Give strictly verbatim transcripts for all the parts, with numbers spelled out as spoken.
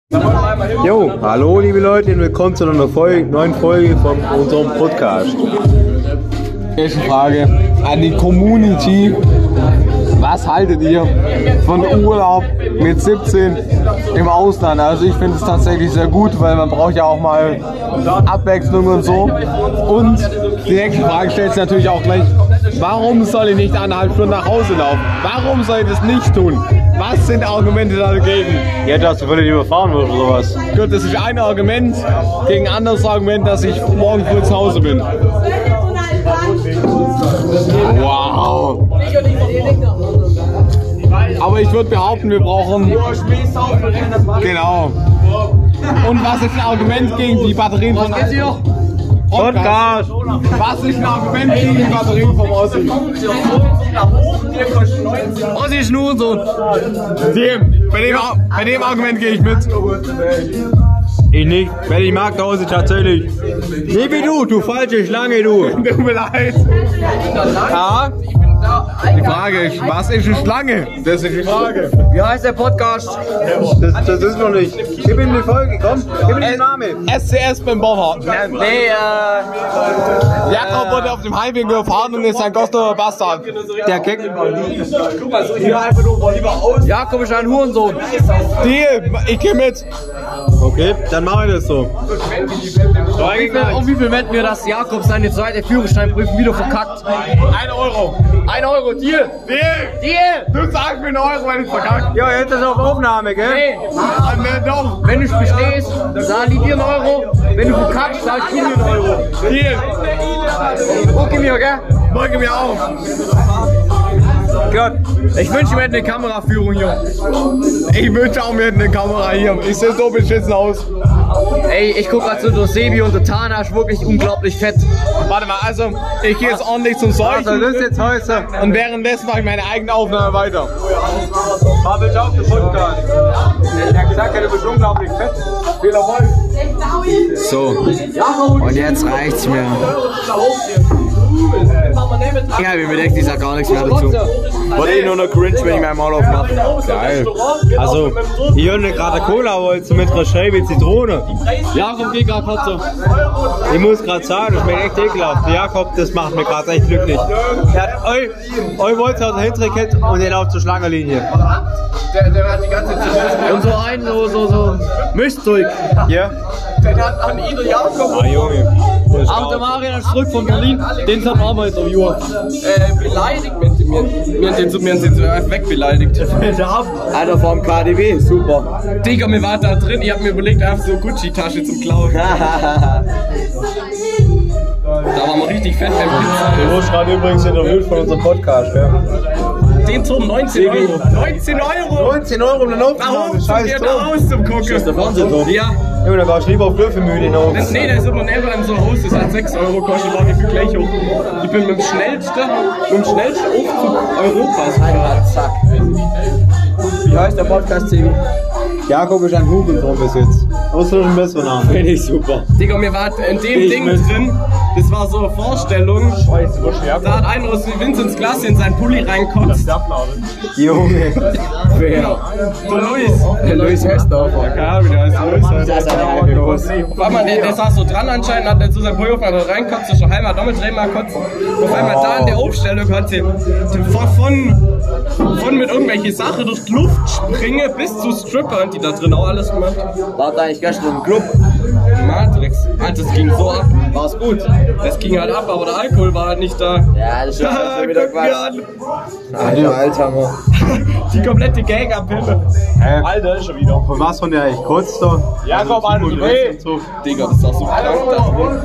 Jo, hallo liebe Leute und willkommen zu einer Folge, neuen Folge von unserem Podcast. Erste Frage an die Community. Was haltet ihr von Urlaub mit siebzehn im Ausland? Also ich finde es tatsächlich sehr gut, weil man braucht ja auch mal Abwechslung und so. Und die nächste Frage stellt sich natürlich auch gleich, warum soll ich nicht eineinhalb Stunden nach Hause laufen? Warum soll ich das nicht tun? Was sind Argumente dagegen? Ja, dass du völlig überfahren wirst oder sowas. Gut, das ist ein Argument gegen ein anderes Argument, dass ich morgen früh zu Hause bin. Wow. Aber ich würde behaupten, wir brauchen... Genau. Und was ist ein Argument gegen die Batterien von... Podcast. Was ist ein Argument gegen die Batterien vom Ossi? Ossi ist nur so. Dem, bei, dem, bei dem Argument gehe ich mit. Ich nicht, weil ich mag der Ossi tatsächlich. Nicht wie du, du falsche Schlange, du. Tut mir leid. Ja? Die Frage ist, was ist eine Schlange? Das ist die Frage. Wie heißt der Podcast? Das, das ist noch nicht. Gib ihm die Folge, komm. Gib ihm den Namen. S C S beim Bauer. Nee, äh... Jakob wurde auf dem Heimweg gefahren und ist ein kostenloser Bastard. Der Keck. Jakob ist ein Hurensohn. Deal, ich geh mit. Okay, dann machen wir das so. Wie viel, um wie viel wetten wir, dass Jakob seine zweite Führerscheinprüfung wieder verkackt? Ein Euro. Ein Euro, Deal! Deal! Deal! Du sagst mir einen Euro, wenn ich verkacke. Ja, jetzt ist auf Aufnahme, gell? Nee, Dann wär doch. wenn du bestehst, zahl ich dir einen Euro. Wenn du verkackst, zahl ich dir einen Euro. Deal. Okay, mir, gell? Drücke mir auf. Gott, ich wünsche mir eine Kameraführung hier. Ich wünsche auch mir eine Kamera hier. Ich sehe so beschissen aus. Ey, ich guck grad so durch Sebi und der Tana ist wirklich unglaublich fett. Warte mal, also, ich gehe jetzt ordentlich zum Also, Seuchen. das ist jetzt heute. Und währenddessen mache ich meine eigene Aufnahme weiter. Pavel auf den Podcast. Der hat gesagt, du bist unglaublich fett. Viel Erfolg. So, und jetzt reicht's mir. Ja, mir bedeckt dieser gar nichts mehr dazu. Wollte ich nur noch cringe, wenn ich meinen Maul aufmache. Geil. Also, ich höre gerade Cola wollte mit einer Scheibe Zitrone. Jakob, geh grad kurz so. Ich muss gerade sagen, das schmeckt echt ekelhaft. Jakob, das macht mir gerade echt glücklich. Er hat euch, euch wollte aus der Hinterkette und er läuft zur Schlangenlinie. Der, der hat die ganze Zeit. Und so ein, so, so, so Mischzeug. Ja? Der hat an Ida Jakob. Ah, Junge. Auch der Marian ist zurück von Berlin. Den sind wir mal so, Joa. Äh, beleidigt mit mir. Wir haben den so, wir haben den so einfach wegbeleidigt. Alter, vom K D W, super. Digga, mir war da drin. Ich hab mir überlegt, einfach so Gucci-Tasche zum Klauen. Da waren wir richtig fett beim Pizza. Du wurdest gerade übrigens interviewt von unserem Podcast, ja? Den Turm neunzehn Euro. neunzehn Euro! neunzehn Euro um den Warum? Scheiß Der da Turm. aus zum Gucken. Das ist der Fernsehturm. Ja. Junge, da gehst du lieber auf Löwenmühle hinauf. Das, nee, der ist immer neben einem so Haus, das hat sechs Euro kostet, war nicht viel gleich hoch. Ich bin mit dem schnellsten, mit dem schnellsten Aufzug Europas. Zack. Wie heißt der Podcast, Sebi? Jakob ist ein Hurensohn bis jetzt. Außer ein besserer Name. Finde ich super. Digga, mir war in dem Ich Ding mit. drin, das war so eine Vorstellung. Da hat einer aus Vinzenz Klasse in seinen Pulli reinkotzt. Junge. Wer? Der Luis. Der Luis Hesdorfer. Ja, wie der heißt Luis. Auf einmal, der, der saß so dran anscheinend, hat der zu seinem Pulli auf einmal reinkotzt, ist schon einmal doppelt drehen mal kurz. Auf einmal da in der Aufstellung hat sie von, von, von mit irgendwelche Sachen durch die Luft springen bis zu Strippern, die da drin auch alles gemacht. War da eigentlich gestern im Club? Matrix. Alter, das ging so ab. War's gut. Das ging halt ab, aber der Alkohol war halt nicht da. Ja, das ist schon Ah, wieder guck mir Quatsch. an. Alter, Alter, Mann. Die komplette Gang am Pille. Äh, Alter, ist schon wieder. von was von der eigentlich kurz da? Jakob, Alter, du weh. Digga, das ist auch so krank da drin.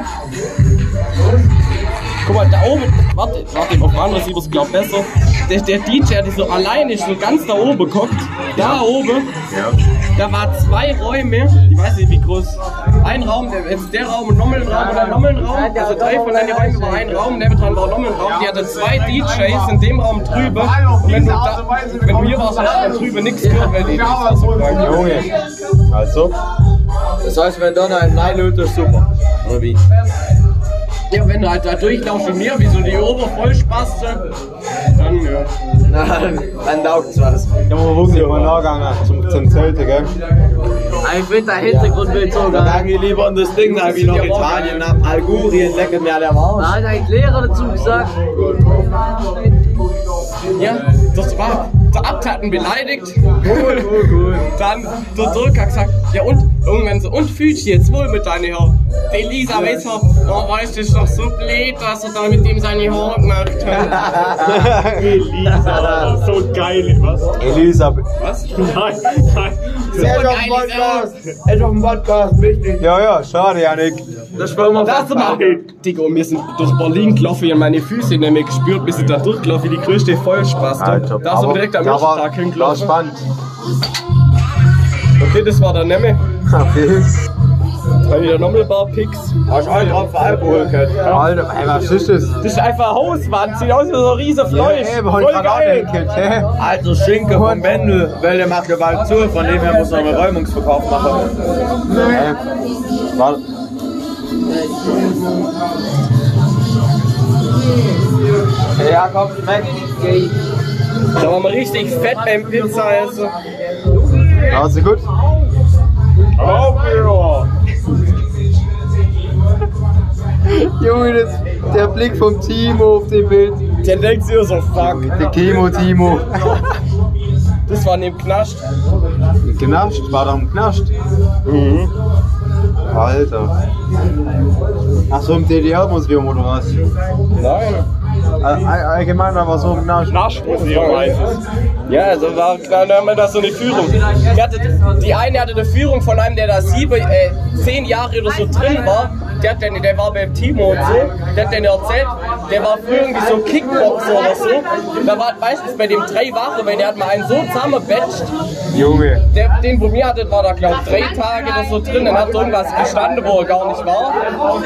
Guck mal, da oben, warte, warte, auf anderes sieht es glaub besser. Der, der D J, der so alleine so ganz da oben guckt, da oben, da war zwei Räume, ich weiß nicht wie groß, ein Raum, der, jetzt der Raum, ein nochmal ein Raum und ein nochmal ein Raum, also drei von den Räumen war ein Raum, der dran war nochmal ein Raum, die hatte zwei D Js in dem Raum drüber und wenn du, da, wenn du hier warst, hast du drüber nichts gehört, weil die war so krank. Junge. Also? Das heißt, wenn da noch ein Nein ist super. Oder wie? Ja, wenn du halt da durchlaufst wie mir, wie so die Ober voll spaßt, dann ja. Nein, dann taugt es was. Ja, wir wirklich mal nachgegangen zum, zum Zelte, gell? Ich finde der Hintergrundbild so geil. Dann geh lieber in das Ding, da wie nach Italien, nach Algurien, lecket mir der Maus. Da hat ein Lehrer dazu gesagt. Ja, das war der Abt hat ihn beleidigt. Gut, gut, gut. Dann der Dirk hat gesagt, ja und? Irgendwann so, und fühlst du jetzt wohl mit deinen Haaren? Die Elisa weiß noch, oh weißt du, ist doch so blöd, dass er da mit dem seine Haare gemacht hat. Elisa, so geil, was? Elisabeth. Was? Nein, nein. Er ist auf dem Podcast. Er ist auf dem Podcast, wichtig. Ja, ja, schade, Janik. Das wollen wir Das war Digga, und wir sind durch Berlin gelaufen und meine Füße nämlich gespürt, bis ich da durchgelaufen, wie die größte Vollspaß. Alter, Da sind wir direkt am da war, Tag war hingelaufen. spannend. Okay, das war der Nemme. Okay. Dann wieder Nommelbar-Pix. Hast du einen drauf für Alkohol gehabt? Alter, ey, was ist das? Das ist einfach eine Hauswand, sieht aus wie so ein riesen Fleisch. Ey, wir wollen gerade auch denken, hä? Also Schinken vom Bendel, weil der macht Gewalt zu, von dem her muss er einen Räumungsverkauf machen. Äh, war, Ja, komm, schmeckt. Da waren wir richtig fett beim Pizza essen. war's gut? Junge, das, der Blick vom Timo auf dem Bild. Der denkt sich so, fuck. Der Chemo Timo. Das war neben Knast. Knascht, war doch ein Knascht. Mhm. Alter. Ach so, im D D R-Museum oder was? Nein. All, all, allgemein aber so im Knascht. Naschmuseum meistens. Ja, also war klar, da haben wir da so eine Führung. Die, hatte, die eine hatte eine Führung von einem, der da sieben, äh, zehn Jahre oder so drin war. Der, hat dann, der war beim Timo und so. Der hat dann erzählt, der war früher irgendwie so Kickboxer oder so. Da war meistens bei dem drei Wochen, weil der hat mal einen so zusammengebatcht. Junge. Der, den wo mir hattet, war da glaube ich drei Tage oder so drin. Dann hat er irgendwas gestanden, wo er gar nicht war.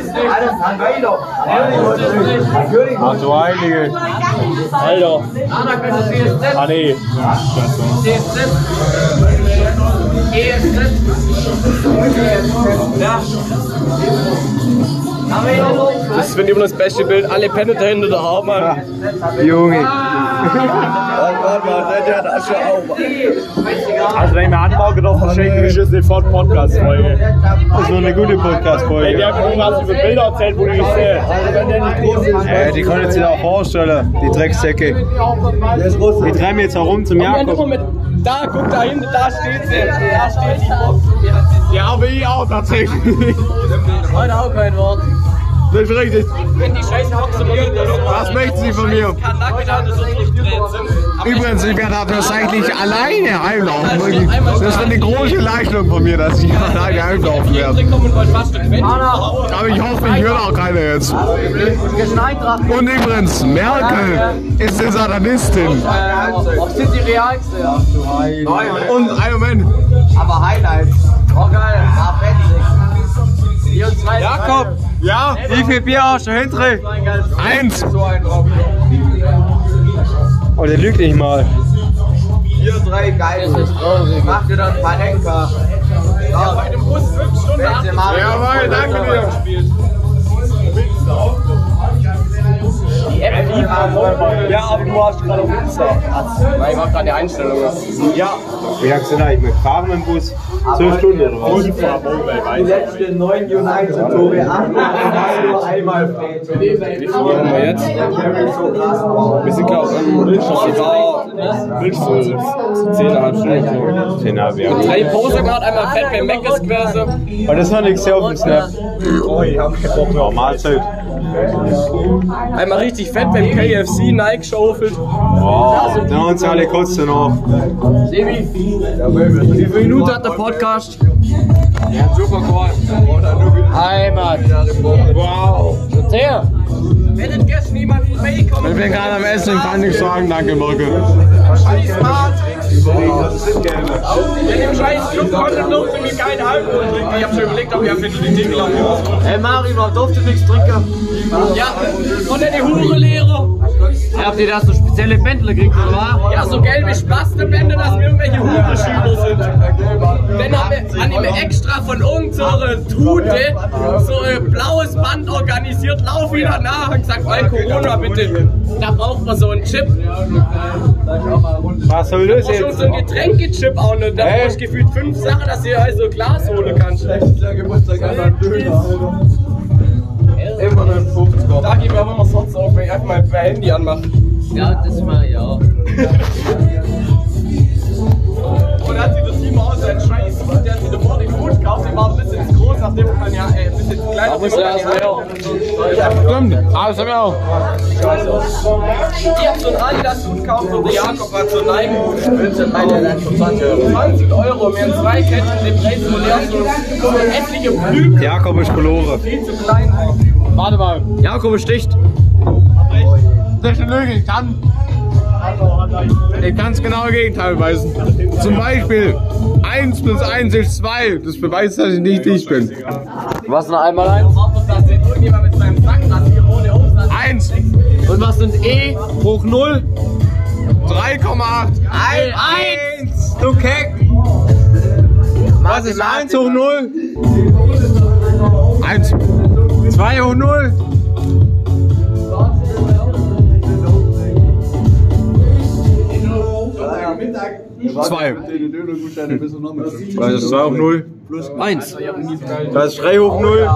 Ach du Heilige. Alter. Ah, nee. Das finde ich immer das beste Bild. Alle pennen da hinter der Haarmann. Junge. Also wenn ich mir anmauge, doch verschenke ich es sofort Podcast-Folge. Das war eine gute Wenn Podcast-Folge. der irgendwas über Bilder erzählt, wo du nicht sehe. Äh, die können sich auch vorstellen, die Drecksäcke. Die treiben jetzt herum zum Ja, Jakob. mit, da, guck da hinten, da steht sie. Da steht die Box. Ja, aber ich auch tatsächlich. Heute auch kein Wort. Das ist richtig. Wenn die scheiß Boxen Was möchten Sie von mir? Übrigens, ich werde das eigentlich alleine einlaufen. Das ist eine große Leistung von mir, dass ich alleine einlaufen werde. Aber ich hoffe, ich höre auch keiner jetzt. Und übrigens, Merkel ist eine Satanistin. Was sind die realste? Und einen Moment. Aber Highlights. Oh geil, ah, fetzig. vierundzwanzig. Jakob, Ja? wie viel Bier hast du hinten? Eins. Oh, der lügt nicht mal. Vier, drei, geil. Mach dir dann Panenka. Ja, bei dem Bus fünf Stunden acht. Jawohl, danke dir. Die App lief Ja, aber du hast gerade auf Insta. Weil ich mach gerade eine Einstellung. Ja. Wie lange sind eigentlich mit Fahren im Bus? Zwölf Stunden oder was? Die letzten neun United-Tore, achtmal nur einmal Fred. Wie viel haben wir jetzt? Wir sind glaube ich sogar zehneinhalb Stunden. Zehnhalb, ja. Drei Pause gemacht, einmal fett beim Meckes gewesen. Aber das ist noch nichts sehr auf dem Snap. Oh, ich hab keinen Bock mehr. Mahlzeit. Einmal richtig fett beim K F C Nike geschaufelt. Wow, dann haben uns alle kotzen noch. Sebi, wie viele Minuten hat der Podcast? Super cool. Heimat. Wow. Sehr. Wenn nicht gestern jemand vorbeikommt. Ich bin gerade am Essen, kann ich sagen, danke Marke. Scheiß Matrix. In dem scheiß Club konnte durfte mir keinen Alkohol trinken. Ich hab schon überlegt, ob ich einfach die Dinge lassen muss. Hey Mario, man durfte nichts trinken. Ja, von der Hure-Lehrer. Habt ihr da so spezielle Bändle gekriegt, oder was? Ja, so gelbe Spastebände, dass wir irgendwelche Hure-Schüler sind. Dann haben wir an ihm extra von irgendeiner Tute so ein blaues Band organisiert. Lauf wieder danach und gesagt, weil Corona bitte, da braucht man so einen Chip. Was soll das Und schon jetzt? so ein Getränkechip auch noch. Da brauche ich gefühlt fünf Sachen, dass ihr also Glas holen kannst. Immer noch ein fünfzig. Da gehen wir aber mal sonst auf, wenn ich einfach mal mein Handy anmache. Ja, das mal, ja. Und dann hat sich das Team aus seinen Scheiß. Der hat sich davor den Hut gekauft, der war ein bisschen zu groß, nachdem man ja äh, ein bisschen zu klein ist. Stimmt, ah, das haben wir auch. Ich hab so einen Adidas-Hut gekauft und der Jakob hat so einen Nike-Hut. Meine für zwanzig Euro. zwanzig Euro, wir haben zwei Ketten, den Preis von der so etliche Flügel. Jakob ist verloren. Viel zu klein. Warte mal. Jakob sticht. Das ist eine Lüge, ich kann. Ich kann es genau Gegenteil beweisen. Zum Beispiel eins plus eins ist zwei. Das beweist, dass ich nicht ich bin. Was noch einmal eins? Da steht irgendjemand mit seinem Sackrad ohne Aufsatz. eins. Und was sind E hoch null? drei Komma acht. eins! Du Keck! Was ist eins hoch null? eins. zwei hoch null? zwei. Was ist zwei hoch null? eins. Was ist drei hoch null?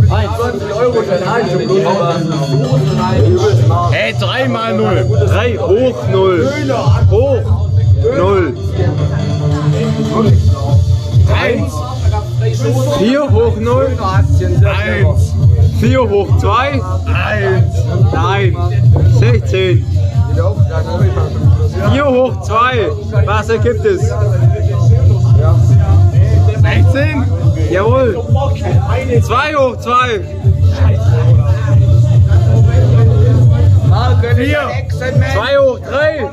Hey, drei mal null. drei hoch null. Hoch null. eins. vier hoch null. eins. vier hoch zwei. eins. Nein. sechzehn. vier hoch zwei. Was ergibt es? sechzehn. Jawohl. zwei hoch zwei. vier. zwei hoch drei.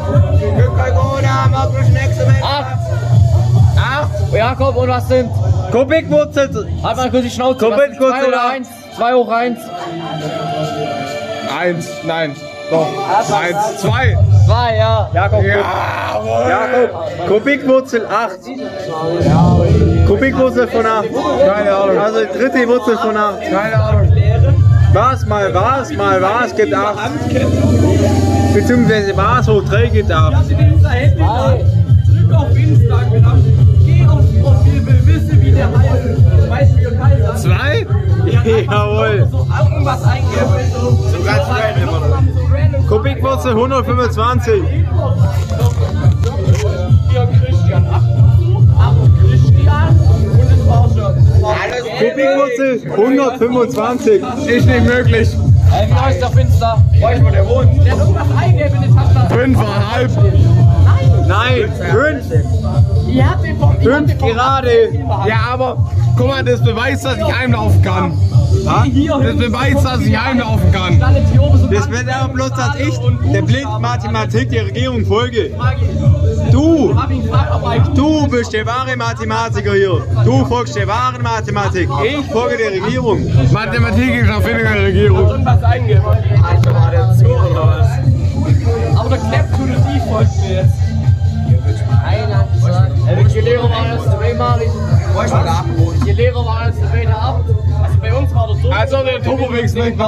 acht. Jakob, und was sind? Kubikwurzel. Halt mal kurz die Schnauze. Kubikwurzel. zwei oder eins? zwei hoch eins. eins. Nein. Doch. eins. zwei. zwei, ja. Jakob. Jawohl. Jakob. Kubikwurzel acht. Kubikwurzel von acht. Keine Ahnung. Also die dritte Wurzel von acht. Keine Ahnung. Was mal was mal was gibt acht. Beziehungsweise was hoch drei gibt acht. Drück auf Instagram, geh aufs Profil, will wissen, wie der heißt. Weißt du, wie er heißt? zwei? Jawohl. So irgendwas eingeben. So ganz random. Kubikwurzel hundertfünfundzwanzig. Hier Christian, acht Christian und das war schon. Kubikwurzel hundertfünfundzwanzig. Ist nicht möglich. Ey, wie heißt der auf Insta? Weißt du, wo der wohnt? Der hat irgendwas eingeben in der Tasche. fünfeinhalb. Nein, fünf. Ihr habt den vom fünf gerade. Ja, aber guck mal, das beweist, dass ich heimlaufen kann. Das beweist, dass ich heimlaufen kann. Das wird aber bloß, dass ich der Blindmathematik der Regierung folge. Du, du bist der wahre Mathematiker hier. Du folgst der wahren Mathematik. Ich folge der Regierung. Mathematik ist Erfindung der Regierung. irgendwas eingeben. Alter, war der zu oder was? Aber der Knepp tut es nicht, folgt mir jetzt. Die Lehrer waren jetzt zweimal. Die Lehrer waren jetzt später ab. Also bei uns war das so. Also der Turbowix nicht.